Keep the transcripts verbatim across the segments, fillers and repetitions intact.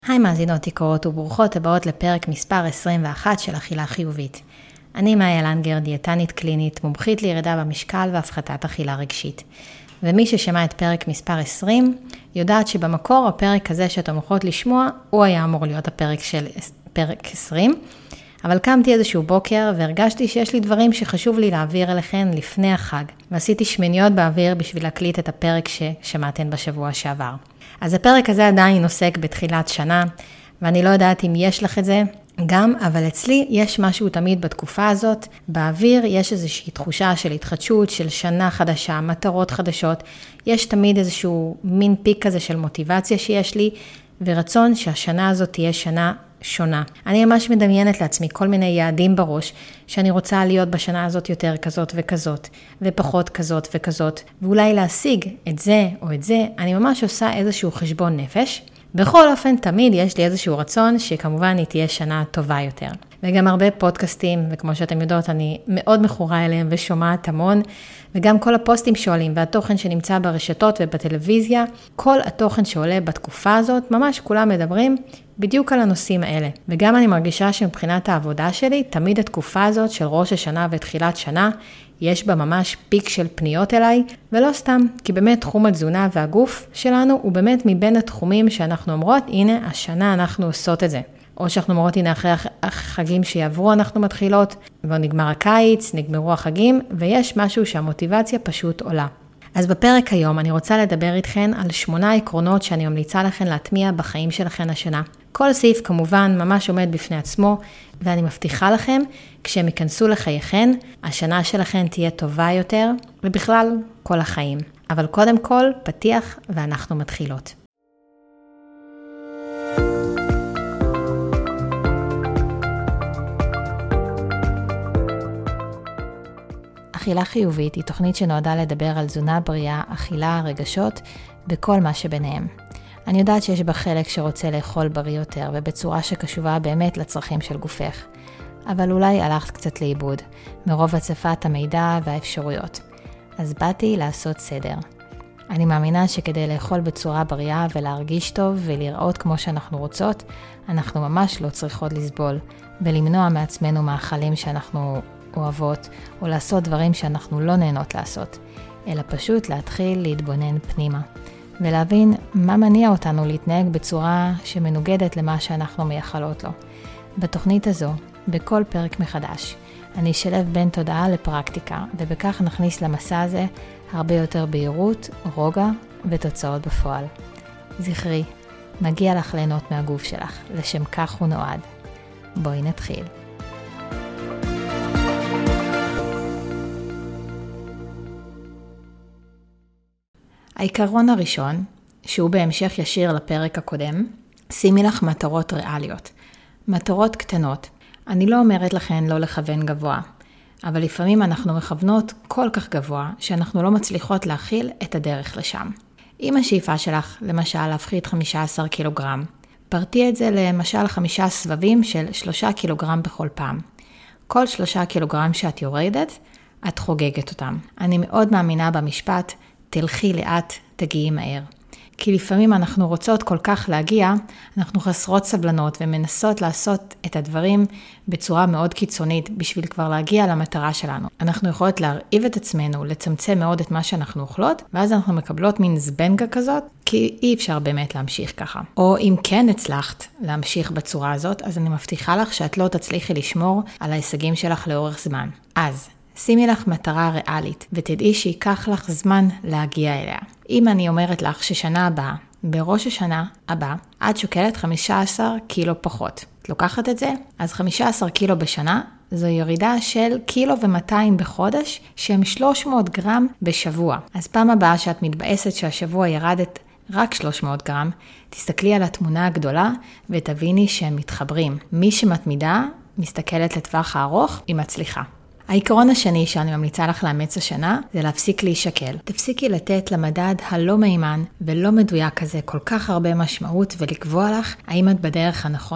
היי מאזינות יקרות וברוכות הבאות לפרק מספר עשרים ואחת של אכילה חיובית. אני מאיה לנגר, דיאטנית קלינית, מומחית לירידה במשקל והפחתת אכילה רגשית. ומי ששמע את פרק מספר עשרים, יודעת שבמקור הפרק הזה שאתם הולכות לשמוע, הוא היה אמור להיות הפרק של פרק עשרים. אבל קמתי איזשהו בוקר והרגשתי שיש לי דברים שחשוב לי להעביר אליכן לפני החג. ועשיתי שמיניות באוויר בשביל להקליט את הפרק ששמעתן בשבוע שעבר. אז הפרק הזה עדיין עוסק בתחילת שנה, ואני לא יודעת אם יש לך את זה גם, אבל אצלי יש משהו תמיד בתקופה הזאת. באוויר יש איזושהי תחושה של התחדשות, של שנה חדשה, מטרות חדשות. יש תמיד איזשהו מין פיק כזה של מוטיבציה שיש לי, ורצון שהשנה הזאת תהיה שנה שונה. אני ממש מדמיינת לעצמי כל מיני יעדים בראש, שאני רוצה להיות בשנה הזאת יותר כזאת וכזאת, ופחות כזאת וכזאת, ואולי להשיג את זה או את זה. אני ממש עושה איזשהו חשבון נפש. בכל אופן, תמיד יש לי איזשהו רצון שכמובן היא תהיה שנה טובה יותר. וגם הרבה פודקאסטים, וכמו שאתם יודעות, אני מאוד מכורה אליהם ושומעת המון, וגם כל הפוסטים שעולים והתוכן שנמצא ברשתות ובטלוויזיה, כל התוכן שעולה בתקופה הזאת, ממש כולם מדברים בדיוק על הנושאים האלה. וגם אני מרגישה שמבחינת העבודה שלי, תמיד התקופה הזאת של ראש השנה ותחילת שנה, יש בה ממש פיק של פניות אליי, ולא סתם, כי באמת תחום התזונה והגוף שלנו הוא באמת מבין התחומים שאנחנו אומרות, הנה השנה אנחנו עושות את זה. או שאנחנו אומרות, הנה אחרי החגים שיעברו אנחנו מתחילות, ונגמר הקיץ, נגמרו החגים, ויש משהו שהמוטיבציה פשוט עולה. אז בפרק היום אני רוצה לדבר איתכן על שמונה עקרונות שאני ממליצה לכן להטמיע בחיים שלכן השנה. כל סעיף כמובן ממש עומד בפני עצמו, ואני מבטיחה לכם, כשהם ייכנסו לחייכן, השנה שלכן תהיה טובה יותר, ובכלל כל החיים. אבל קודם כל, פתיח ואנחנו מתחילות. אכילה חיובית היא תוכנית שנועדה לדבר על תזונה בריאה, אכילה, רגשות וכל מה שביניהם. אני יודעת שיש בה חלק שרוצה לאכול בריא יותר ובצורה שקשובה באמת לצרכים של גופך. אבל אולי הלכת קצת לאיבוד, מרוב הצפת המידע והאפשרויות. אז באתי לעשות סדר. אני מאמינה שכדי לאכול בצורה בריאה ולהרגיש טוב ולראות כמו שאנחנו רוצות, אנחנו ממש לא צריכות לסבול ולמנוע מעצמנו מאכלים שאנחנו אוהבות, או לעשות דברים שאנחנו לא נהנות לעשות, אלא פשוט להתחיל להתבונן פנימה, ולהבין מה מניע אותנו להתנהג בצורה שמנוגדת למה שאנחנו מייחלות לו. בתוכנית הזו, בכל פרק מחדש, אני אשלב בין תודעה לפרקטיקה, ובכך נכניס למסע הזה הרבה יותר בהירות, רוגע ותוצאות בפועל. זכרי, מגיע לך ליהנות מהגוף שלך, לשם כך הוא נועד. בואי נתחיל. העיקרון הראשון, שהוא בהמשך ישיר לפרק הקודם, שימי לך מטרות ריאליות. מטרות קטנות. אני לא אומרת לכן לא לכוון גבוה, אבל לפעמים אנחנו מכוונות כל כך גבוה, שאנחנו לא מצליחות להכיל את הדרך לשם. אם השאיפה שלך, למשל, להפחית חמישה עשר קילוגרם, פרטי את זה למשל חמישה סבבים של שלושה קילוגרם בכל פעם. כל שלושה קילוגרם שאת יורדת, את חוגגת אותם. אני מאוד מאמינה במשפט, תלכי לאט, תגיעי מהר. כי לפעמים אנחנו רוצות כל כך להגיע, אנחנו חסרות סבלנות ומנסות לעשות את הדברים בצורה מאוד קיצונית בשביל כבר להגיע למטרה שלנו. אנחנו יכולות להרעיב את עצמנו, לצמצם מאוד את מה שאנחנו אוכלות, ואז אנחנו מקבלות מין זבנגה כזאת, כי אי אפשר באמת להמשיך ככה. או אם כן הצלחת להמשיך בצורה הזאת, אז אני מבטיחה לך שאת לא תצליחי לשמור על ההישגים שלך לאורך זמן. אז שימי לך מטרה ריאלית, ותדעי שיקח לך זמן להגיע אליה. אם אני אומרת לך ששנה הבאה, בראש השנה הבאה, את שוקלת חמישה עשר קילו פחות. את לוקחת את זה? אז חמישה עשר קילו בשנה, זו ירידה של קילו ומאתיים בחודש, שהם שלוש מאות גרם בשבוע. אז פעם הבאה שאת מתבאסת שהשבוע ירדת רק שלוש מאות גרם, תסתכלי על התמונה הגדולה ותביני שהם מתחברים. מי שמתמידה, מסתכלת לטווח הארוך, היא מצליחה. העיקרון השני שאני ממליצה לך לאמץ השנה, זה להפסיק להישקל. תפסיקי לתת למדד הלא מהימן ולא מדויק כזה כל כך הרבה משמעות ולקבוע לך האם את בדרך הנכונה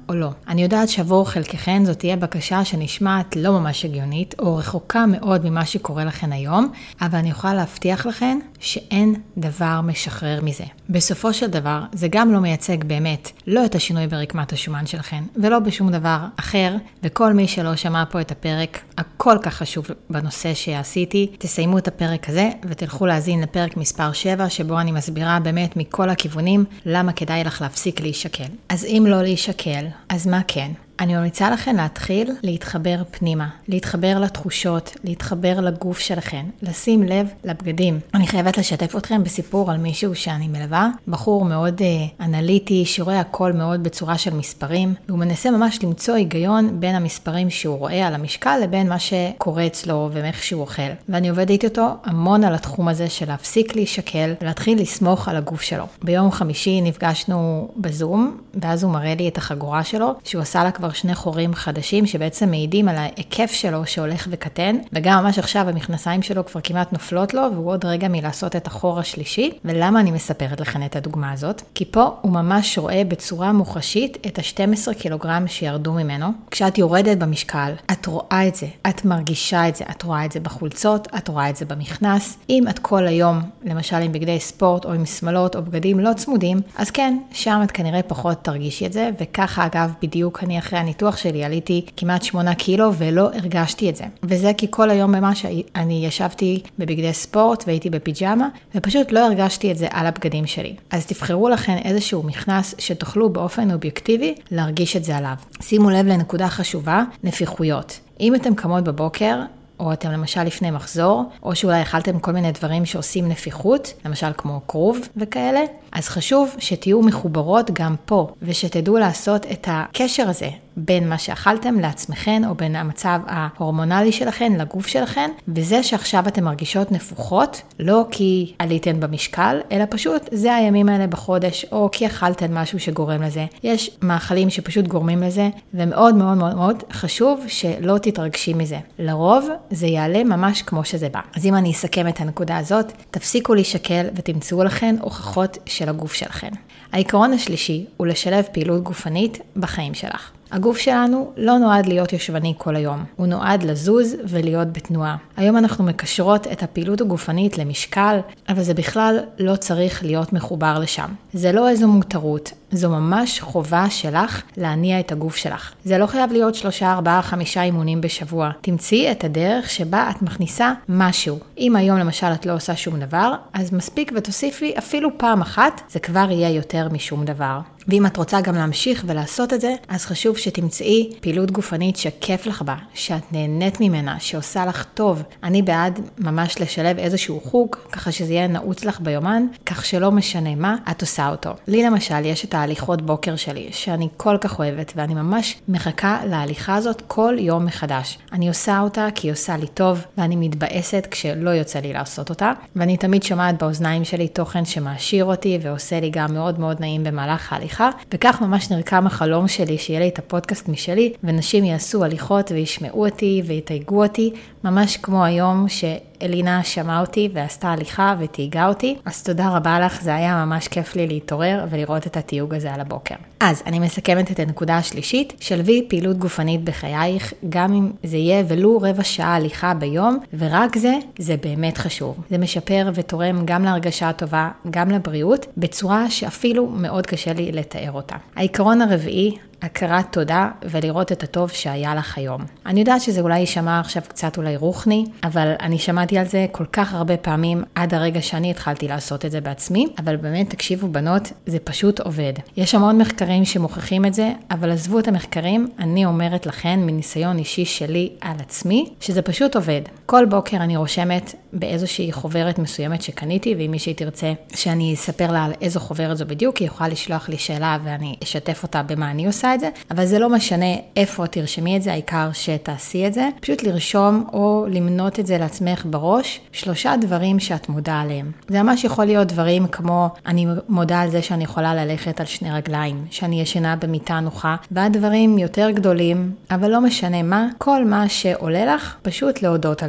או לא. אני יודעת שעבור חלקכן זאת תהיה בקשה שנשמעת לא ממש הגיונית, או רחוקה מאוד ממה שקורה לכן היום, אבל אני יכולה להבטיח לכן שאין דבר משחרר מזה. בסופו של דבר, זה גם לא מייצג באמת לא את השינוי ברקמת השומן שלכן, ולא בשום דבר אחר, וכל מי שלא שמע פה את הפרק הכל כך חשוב בנושא שעשיתי, תסיימו את הפרק הזה ותלכו להזין לפרק מספר שבע, שבו אני מסבירה באמת מכל הכיוונים למה כדאי לך להפסיק להישקל. אז אם לא להישקל, אז מה כן? אני ממליצה לכן להתחיל להתחבר פנימה, להתחבר לתחושות, להתחבר לגוף שלכן, לשים לב לבגדים. אני חייבת לשתף אתכם בסיפור על מישהו שאני מלווה, בחור מאוד אה, אנליטי, שרואה הכל מאוד בצורה של מספרים, והוא מנסה ממש למצוא היגיון בין המספרים שהוא רואה על המשקל לבין מה שקורה אצלו ואיך שהוא אוכל. ואני עובדת איתו המון על התחום הזה של להפסיק להישקל ולהתחיל לסמוך על הגוף שלו. ביום חמישי נפגשנו בזום, ואז הוא מראה לי את החגורה שלו, שהוא עשה לה כבר שני חורים חדשים שבעצם מעידים על ההיקף שלו שהולך וקטן, וגם ממש עכשיו המכנסיים שלו כבר כמעט נופלות לו, והוא עוד רגע מלעשות את החור השלישי. ולמה אני מספרת לכם את הדוגמה הזאת? כי פה הוא ממש רואה בצורה מוחשית את ה-שנים עשר קילוגרם שירדו ממנו. כשאת יורדת במשקל, את רואה את זה, את מרגישה את זה, את רואה את זה בחולצות, את רואה את זה במכנס. אם את כל היום, למשל עם בגדי ספורט או עם שמלות או בגדים לא צמודים, אז כן, שם את כנראה פחות תרגישי את זה, וככה אגב בדיוק אני אחרי הניתוח שלי עליתי כמעט שמונה קילו ולא הרגשתי את זה. וזה כי כל היום ממש אני ישבתי בבגדי ספורט והייתי בפיג'מה, ופשוט לא הרגשתי את זה על הבגדים שלי. אז תבחרו לכן איזשהו מכנס שתוכלו באופן אובייקטיבי להרגיש את זה עליו. שימו לב לנקודה חשובה, נפיחויות. אם אתם קמות בבוקר, או אתם למשל לפני מחזור, או שאולי אכלתם כל מיני דברים שעושים נפיחות, למשל כמו קרוב וכאלה, אז חשוב שתהיו מחוברות גם פה, ושתדעו לעשות את הקשר הזה בין מה שאכלתם לעצמכן, או בין המצב ההורמונלי שלכן לגוף שלכן, וזה שעכשיו אתם מרגישות נפוחות, לא כי עליתן במשקל, אלא פשוט זה הימים האלה בחודש, או כי אכלתן משהו שגורם לזה. יש מאכלים שפשוט גורמים לזה, ומאוד מאוד מאוד מאוד חשוב שלא תתרגשי מזה. לרוב זה יעלה ממש כמו שזה בא. אז אם אני אסכם את הנקודה הזאת, תפסיקו להישקל ותמצאו לכן הוכחות של הגוף שלכן. העיקרון השלישי הוא לשלב פעילות גופנית בחיים שלך. הגוף שלנו לא נועד להיות ישבני כל היום, הוא נועד לזוז ולהיות בתנועה. היום אנחנו מקשרות את הפעילות הגופנית למשקל, אבל זה בכלל לא צריך להיות מחובר לשם. זה לא איזו מותרות, זו ממש חובה שלך להניע את הגוף שלך. זה לא חייב להיות שלושה, ארבעה, חמישה אימונים בשבוע. תמצאי את הדרך שבה את מכניסה משהו. אם היום למשל את לא עושה שום דבר, אז מספיק ותוסיפי אפילו פעם אחת, זה כבר יהיה יותר משום דבר. ואם את רוצה גם להמשיך ולעשות את זה, אז חשוב שתמצאי פעילות גופנית שכיף לך בה, שאת נהנית ממנה, שעושה לך טוב. אני בעד ממש לשלב איזשהו חוג, ככה שזה יהיה נעוץ לך ביומן, כך שלא משנה מה, את עושה אותו. לי למשל יש את ההליכות בוקר שלי, שאני כל כך אוהבת, ואני ממש מחכה להליכה הזאת כל יום מחדש. אני עושה אותה כי היא עושה לי טוב, ואני מתבאסת כשלא יוצא לי לעשות אותה, ואני תמיד שומעת באוזניים שלי תוכן שמעשיר אותי, ועושה לי גם מאוד מאוד נעים במהלך ההליכה. וכך ממש נרקם החלום שלי שיהיה לי את הפודקאסט משלי, ונשים יעשו הליכות וישמעו אותי ויתייגו אותי, ממש כמו היום שאלינה שמעה אותי ועשתה הליכה ותייגה אותי. אז תודה רבה לך, זה היה ממש כיף לי להתעורר ולראות את התיוג הזה על הבוקר. אז אני מסכמת את הנקודה השלישית, שלבי פעילות גופנית בחייך, גם אם זה יהיה ולו רבע שעה הליכה ביום, ורק זה, זה באמת חשוב. זה משפר ותורם גם להרגשה הטובה, גם לבריאות, בצורה שאפילו מאוד קשה לי לתאר אותה. העיקרון הרביעי, הכרת תודה ולראות את הטוב שהיה לך היום. אני יודעת שזה אולי יישמע עכשיו קצת אולי רוחני, אבל אני שמעתי על זה כל כך הרבה פעמים עד הרגע שאני התחלתי לעשות את זה בעצמי, אבל באמת תקשיבו בנות, זה פשוט עובד. יש המון מחקרים שמוכיחים את זה, אבל עזבו את המחקרים, אני אומרת לכן מניסיון אישי שלי על עצמי, שזה פשוט עובד. כל בוקר אני רושמת באיזושהי חוברת מסוימת שקניתי, ואם מישהי תרצה שאני אספר לה על איזו חוברת זו בדיוק, היא יכולה לשלוח לי שאלה ואני אשתף אותה במה אני עושה את זה, אבל זה לא משנה איפה תרשמי את זה, העיקר שתעשי את זה. פשוט לרשום או למנות את זה לעצמך בראש, שלושה דברים שאת מודעה עליהם. זה ממש יכול להיות דברים כמו, אני מודעה על זה שאני יכולה ללכת על שני רגליים, שאני ישנה במיטה נוחה, ועד דברים יותר גדולים, אבל לא משנה מה, כל מה שעולה לך, פשוט להודות על זה.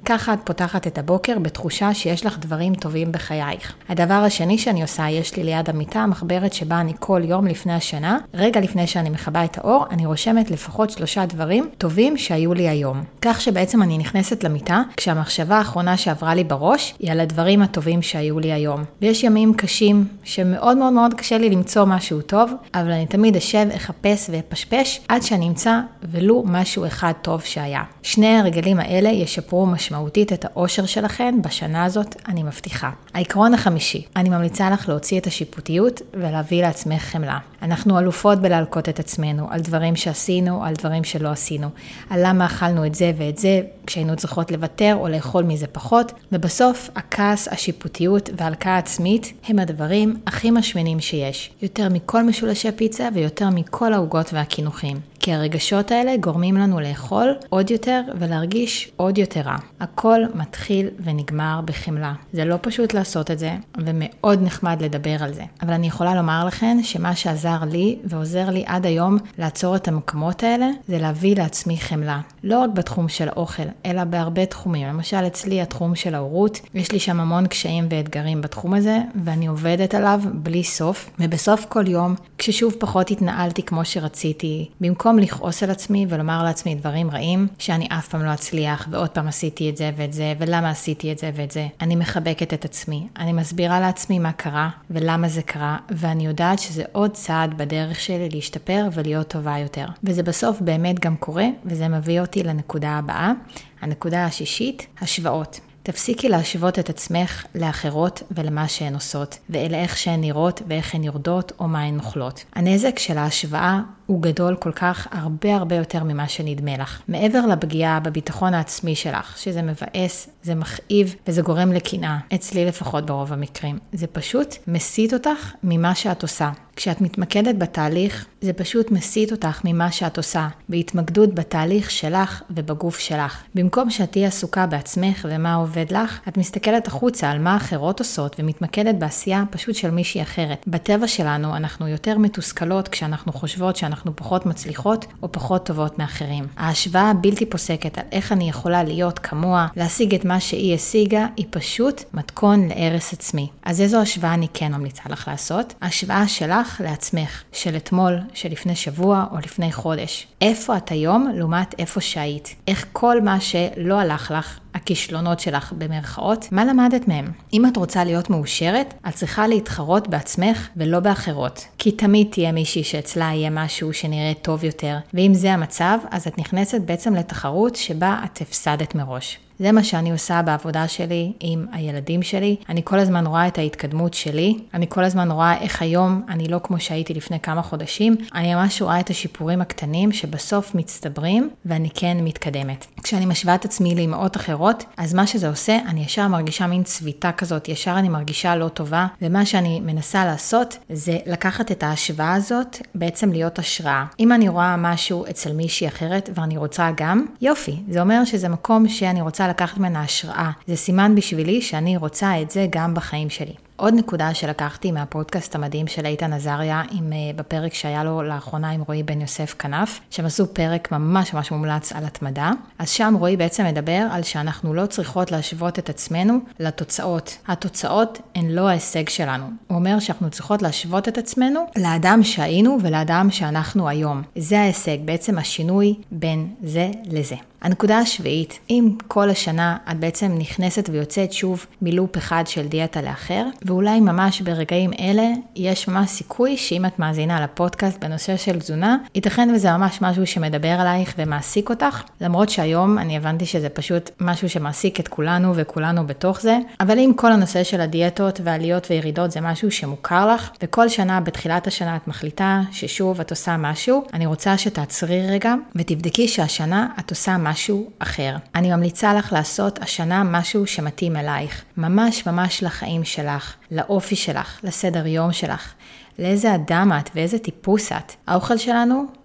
וככה את פותחת את הבוקר בתחושה שיש לך דברים טובים בחייך. הדבר השני שאני עושה, יש לי ליד המיטה מחברת שבה אני כל יום לפני השנה, רגע לפני שאני מכבה את האור, אני רושמת לפחות שלושה דברים טובים שהיו לי היום. כך שבעצם אני נכנסת למיטה, כשהמחשבה האחרונה שעברה לי בראש היא על הדברים הטובים שהיו לי היום. ויש ימים קשים שמאוד מאוד מאוד קשה לי למצוא משהו טוב, אבל אני תמיד אשב, אחפש ואפשפש עד שאני אמצא ולו משהו אחד טוב שהיה. שני הרגלים האלה ישפרו משמעותית את האושר שלכם בשנה הזאת, אני מבטיחה. העיקרון החמישי, אני ממליצה לך להוציא את השיפוטיות ולהביא לעצמך חמלה. אנחנו אלופות בלהלקות את עצמנו על דברים שעשינו, על דברים שלא עשינו, על למה אכלנו את זה ואת זה כשהיינו צריכות לוותר או לאכול מזה פחות, ובסוף הכעס, השיפוטיות וההלקאה העצמית הם הדברים הכי משמנים שיש, יותר מכל משולשי פיצה ויותר מכל העוגות והכינוחים. כי הרגשות האלה גורמים לנו לאכול עוד יותר ולהרגיש עוד יותר רע. הכל מתחיל ונגמר בחמלה. זה לא פשוט לעשות את זה, ומאוד נחמד לדבר על זה. אבל אני יכולה לומר לכם שמה שעזר לי ועוזר לי עד היום לעצור את המקומות האלה, זה להביא לעצמי חמלה. לא רק בתחום של האוכל, אלא בהרבה תחומים. למשל אצלי התחום של ההורות, יש לי שם המון קשיים ואתגרים בתחום הזה, ואני עובדת עליו בלי סוף. ובסוף כל יום, כששוב פחות התנהלתי כמו שרציתי, במקום לכעוס על עצמי ולומר לעצמי דברים רעים, שאני אף פעם לא אצליח, ועוד פעם עשיתי את זה ואת זה, ולמה עשיתי את זה ואת זה. אני מחבקת את עצמי. אני מסבירה לעצמי מה קרה, ולמה זה קרה, ואני יודעת שזה עוד צעד בדרך שלי להשתפר ולהיות טובה יותר. וזה בסוף באמת גם קורה, וזה מביא אותי לנקודה הבאה. הנקודה השישית, השוואות. תפסיקי להשוות את עצמך לאחרות ולמה שהן עושות, ואלה איך שהן נראות ואיך הן יורדות או מה הן נוכלות. הנזק של ההשוואה הוא גדול כל כך הרבה הרבה יותר ממה שנדמה לך. מעבר לפגיעה בביטחון העצמי שלך, שזה מבאס, זה מכאיב וזה גורם לקנאה, אצלי לפחות ברוב המקרים. זה פשוט מסית אותך ממה שאת עושה. כשאת מתמקדת בתהליך, זה פשוט מסית אותך ממה שאת עושה, בהתמקדות בתהליך שלך ובגוף שלך. במקום שאת תהיי עסוקה בעצמך ומה עובד לך, את מסתכלת החוצה על מה אחרות עושות ומתמקדת בעשייה פשוט של מישהי אחרת. בטבע שלנו אנחנו יותר מתוסכלות כשאנחנו חושבות שאנחנו פחות מצליחות או פחות טובות מאחרים. ההשוואה הבלתי פוסקת על איך אני יכולה להיות כמוה, להשיג את מה שהיא השיגה, היא פשוט מתכון להרס עצמי. אז איזו השוואה אני כן ממליצה לך לעשות? השוואה שלך לעצמך, של אתמול, של לפני שבוע או לפני חודש. איפה את היום לעומת איפה שהיית? איך כל מה שלא הלך לך, הכישלונות שלך במרכאות, מה למדת מהם? אם את רוצה להיות מאושרת, את צריכה להתחרות בעצמך ולא באחרות. כי תמיד תהיה מישהי שאצלה יהיה משהו שנראה טוב יותר, ואם זה המצב, אז את נכנסת בעצם לתחרות שבה את הפסדת מראש. זה מה שאני עושה בעבודה שלי עם הילדים שלי. אני כל הזמן רואה את ההתקדמות שלי. אני כל הזמן רואה איך היום אני לא כמו שהייתי לפני כמה חודשים. אני ממש רואה את השיפורים הקטנים שבסוף מצטברים ואני כן מתקדמת. כשאני משווה את עצמי לאימהות אחרות, אז מה שזה עושה, אני ישר מרגישה מין צביטה כזאת, ישר אני מרגישה לא טובה, ומה שאני מנסה לעשות זה לקחת את ההשוואה הזאת, בעצם להיות השראה. אם אני רואה משהו אצל מישהי אחרת ואני רוצה גם, יופי, זה אומר שזה מקום שאני רוצה לקחת ממנה השראה. זה סימן בשבילי שאני רוצה את זה גם בחיים שלי. עוד נקודה שלקחתי מהפודקאסט המדהים של איתן עזריה, עם, בפרק שהיה לו לאחרונה עם רועי בן יוסף כנף, שהם עשו פרק ממש ממש מומלץ על התמדה. אז שם רועי בעצם מדבר על שאנחנו לא צריכות להשוות את עצמנו לתוצאות. התוצאות הן לא ההישג שלנו. הוא אומר שאנחנו צריכות להשוות את עצמנו לאדם שהיינו ולאדם שאנחנו היום. זה ההישג, בעצם השינוי בין זה לזה. הנקודה השביעית, אם כל השנה את בעצם נכנסת ויוצאת שוב מלופ אחד של דיאטה לאחר, ואולי ממש ברגעים אלה יש ממש סיכוי שאם את מאזינה לפודקאסט בנושא של תזונה, ייתכן וזה ממש משהו שמדבר עלייך ומעסיק אותך, למרות שהיום אני הבנתי שזה פשוט משהו שמעסיק את כולנו וכולנו בתוך זה, אבל אם כל הנושא של הדיאטות והעליות וירידות זה משהו שמוכר לך, וכל שנה בתחילת השנה את מחליטה ששוב את עושה משהו, אני רוצה שתעצרי רגע ותבדקי שהשנה את עושה משהו אחר. אני ממליצה לך לעשות השנה משהו שמתאים אלייך, ממש ממש לחיים שלך, לאופי שלך, לסדר יום שלך, לאיזה אדם את ואיזה טיפוס את. האוכל שלנו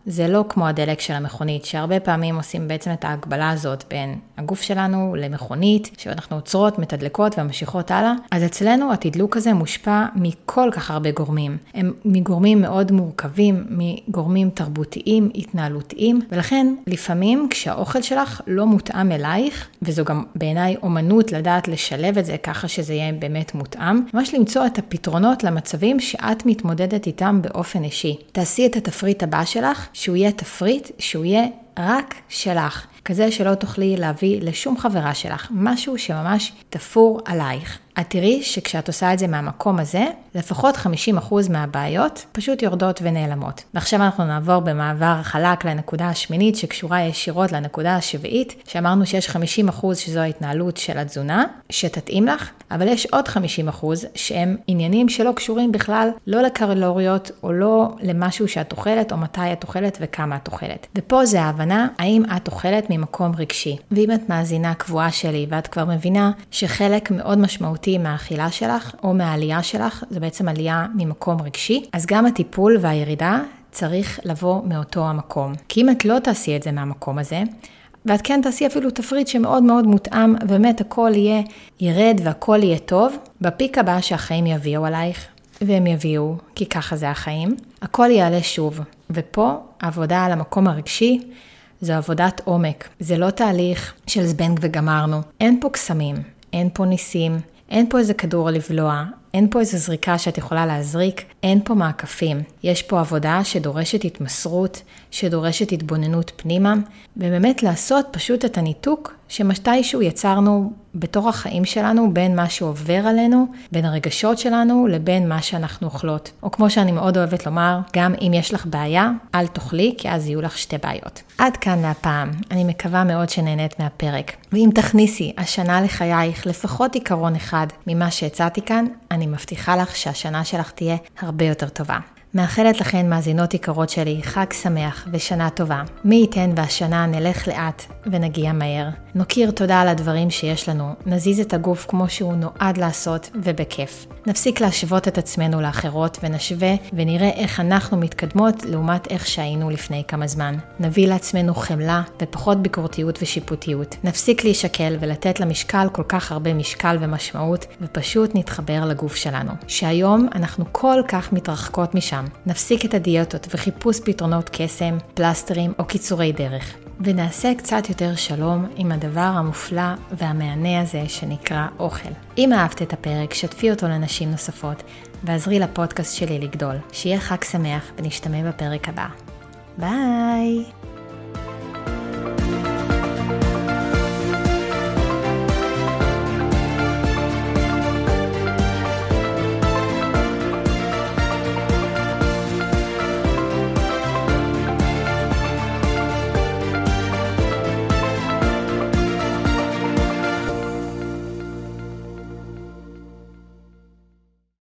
זה לא כמו הדלק של המכונית, שהרבה פעמים עושים בעצם את ההגבלה הזאת בין הגוף שלנו למכונית, שאנחנו עוצרות, מתדלקות וממשיכות הלאה. אז אצלנו התדלוק הזה מושפע מכל כך הרבה גורמים. הם מגורמים מאוד מורכבים, מגורמים תרבותיים, התנהלותיים, ולכן לפעמים כשהאוכל שלך לא מותאם אלייך, וזו גם בעיניי אומנות לדעת לשלב את זה ככה שזה יהיה באמת מותאם, ממש למצוא את הפתרונות למצבים שאת מתמודדת איתם באופן אישי. תעשי את התפריט הבא שלך, שהוא יהיה תפריט, שהוא יהיה רק שלך. כזה שלא תוכלי להביא לשום חברה שלך, משהו שממש תפור עלייך. את תראי שכשאת עושה את זה מהמקום הזה, לפחות חמישים אחוז מהבעיות פשוט יורדות ונעלמות. ועכשיו אנחנו נעבור במעבר חלק לנקודה השמינית, שקשורה ישירות לנקודה השביעית, שאמרנו שיש חמישים אחוז שזו ההתנהלות של התזונה, שתתאים לך, אבל יש עוד חמישים אחוז שהם עניינים שלא קשורים בכלל, לא לקלוריות או לא למשהו שאת אוכלת, או מתי את אוכלת וכמה את אוכלת. ופה זה ההבנה, האם את אוכלת ממקום רגשי. ואם את מאזינה קבועה שלי, ואת כבר מבינה שחלק מאוד משמעותי מהאכילה שלך, או מהעלייה שלך, זה בעצם עלייה ממקום רגשי, אז גם הטיפול והירידה צריך לבוא מאותו המקום. כי אם את לא תעשי את זה מהמקום הזה, ואת כן תעשי אפילו תפריט שמאוד מאוד מותאם, ובאמת הכל יהיה ירד והכל יהיה טוב, בפיק הבא שהחיים יביאו עלייך, והם יביאו, כי ככה זה החיים, הכל יעלה שוב. ופה העבודה על המקום הרגשי, זו עבודת עומק. זה לא תהליך של זבנג וגמרנו. אין פה קסמים, אין פה ניסים, אין פה איזה כדור לבלוע, אין פה איזה זריקה שאת יכולה להזריק, אין פה מעקפים. יש פה עבודה שדורשת התמסרות, שדורשת התבוננות פנימה, ובאמת לעשות פשוט את הניתוק שמתישהו יצרנו בתוך החיים שלנו, בין מה שעובר עלינו, בין הרגשות שלנו, לבין מה שאנחנו אוכלות. או כמו שאני מאוד אוהבת לומר, גם אם יש לך בעיה, אל תאכלי, כי אז יהיו לך שתי בעיות. עד כאן להפעם. אני מקווה מאוד שנהנית מהפרק. ואם תכניסי השנה לחייך לפחות עיקרון אחד ממה שהצעתי כאן, אני מבטיחה לך שהשנה שלך תהיה הרבה יותר טובה. מאחלת לכן מאזינות יקרות שלי חג שמח ושנה טובה. מי ייתן והשנה נלך לאט ונגיע מהר. נוקיר תודה על הדברים שיש לנו, נזיז את הגוף כמו שהוא נועד לעשות ובכיף. נפסיק להשוות את עצמנו לאחרות ונשווה ונראה איך אנחנו מתקדמות לעומת איך שהיינו לפני כמה זמן. נביא לעצמנו חמלה ופחות ביקורתיות ושיפוטיות. נפסיק להישקל ולתת למשקל כל כך הרבה משקל ומשמעות ופשוט נתחבר לגוף שלנו. שהיום אנחנו כל כך מתרחקות משם. נפסיק את הדיאטות וחיפוש פתרונות קסם, פלסטרים או קיצורי דרך. ונעשה קצת יותר שלום עם הדבר המופלא והמענה הזה שנקרא אוכל. אם אהבת את הפרק, שתפי אותו לנשים נוספות ועזרי לפודקאסט שלי לגדול. שיהיה חג שמח ונשתמע בפרק הבא. ביי!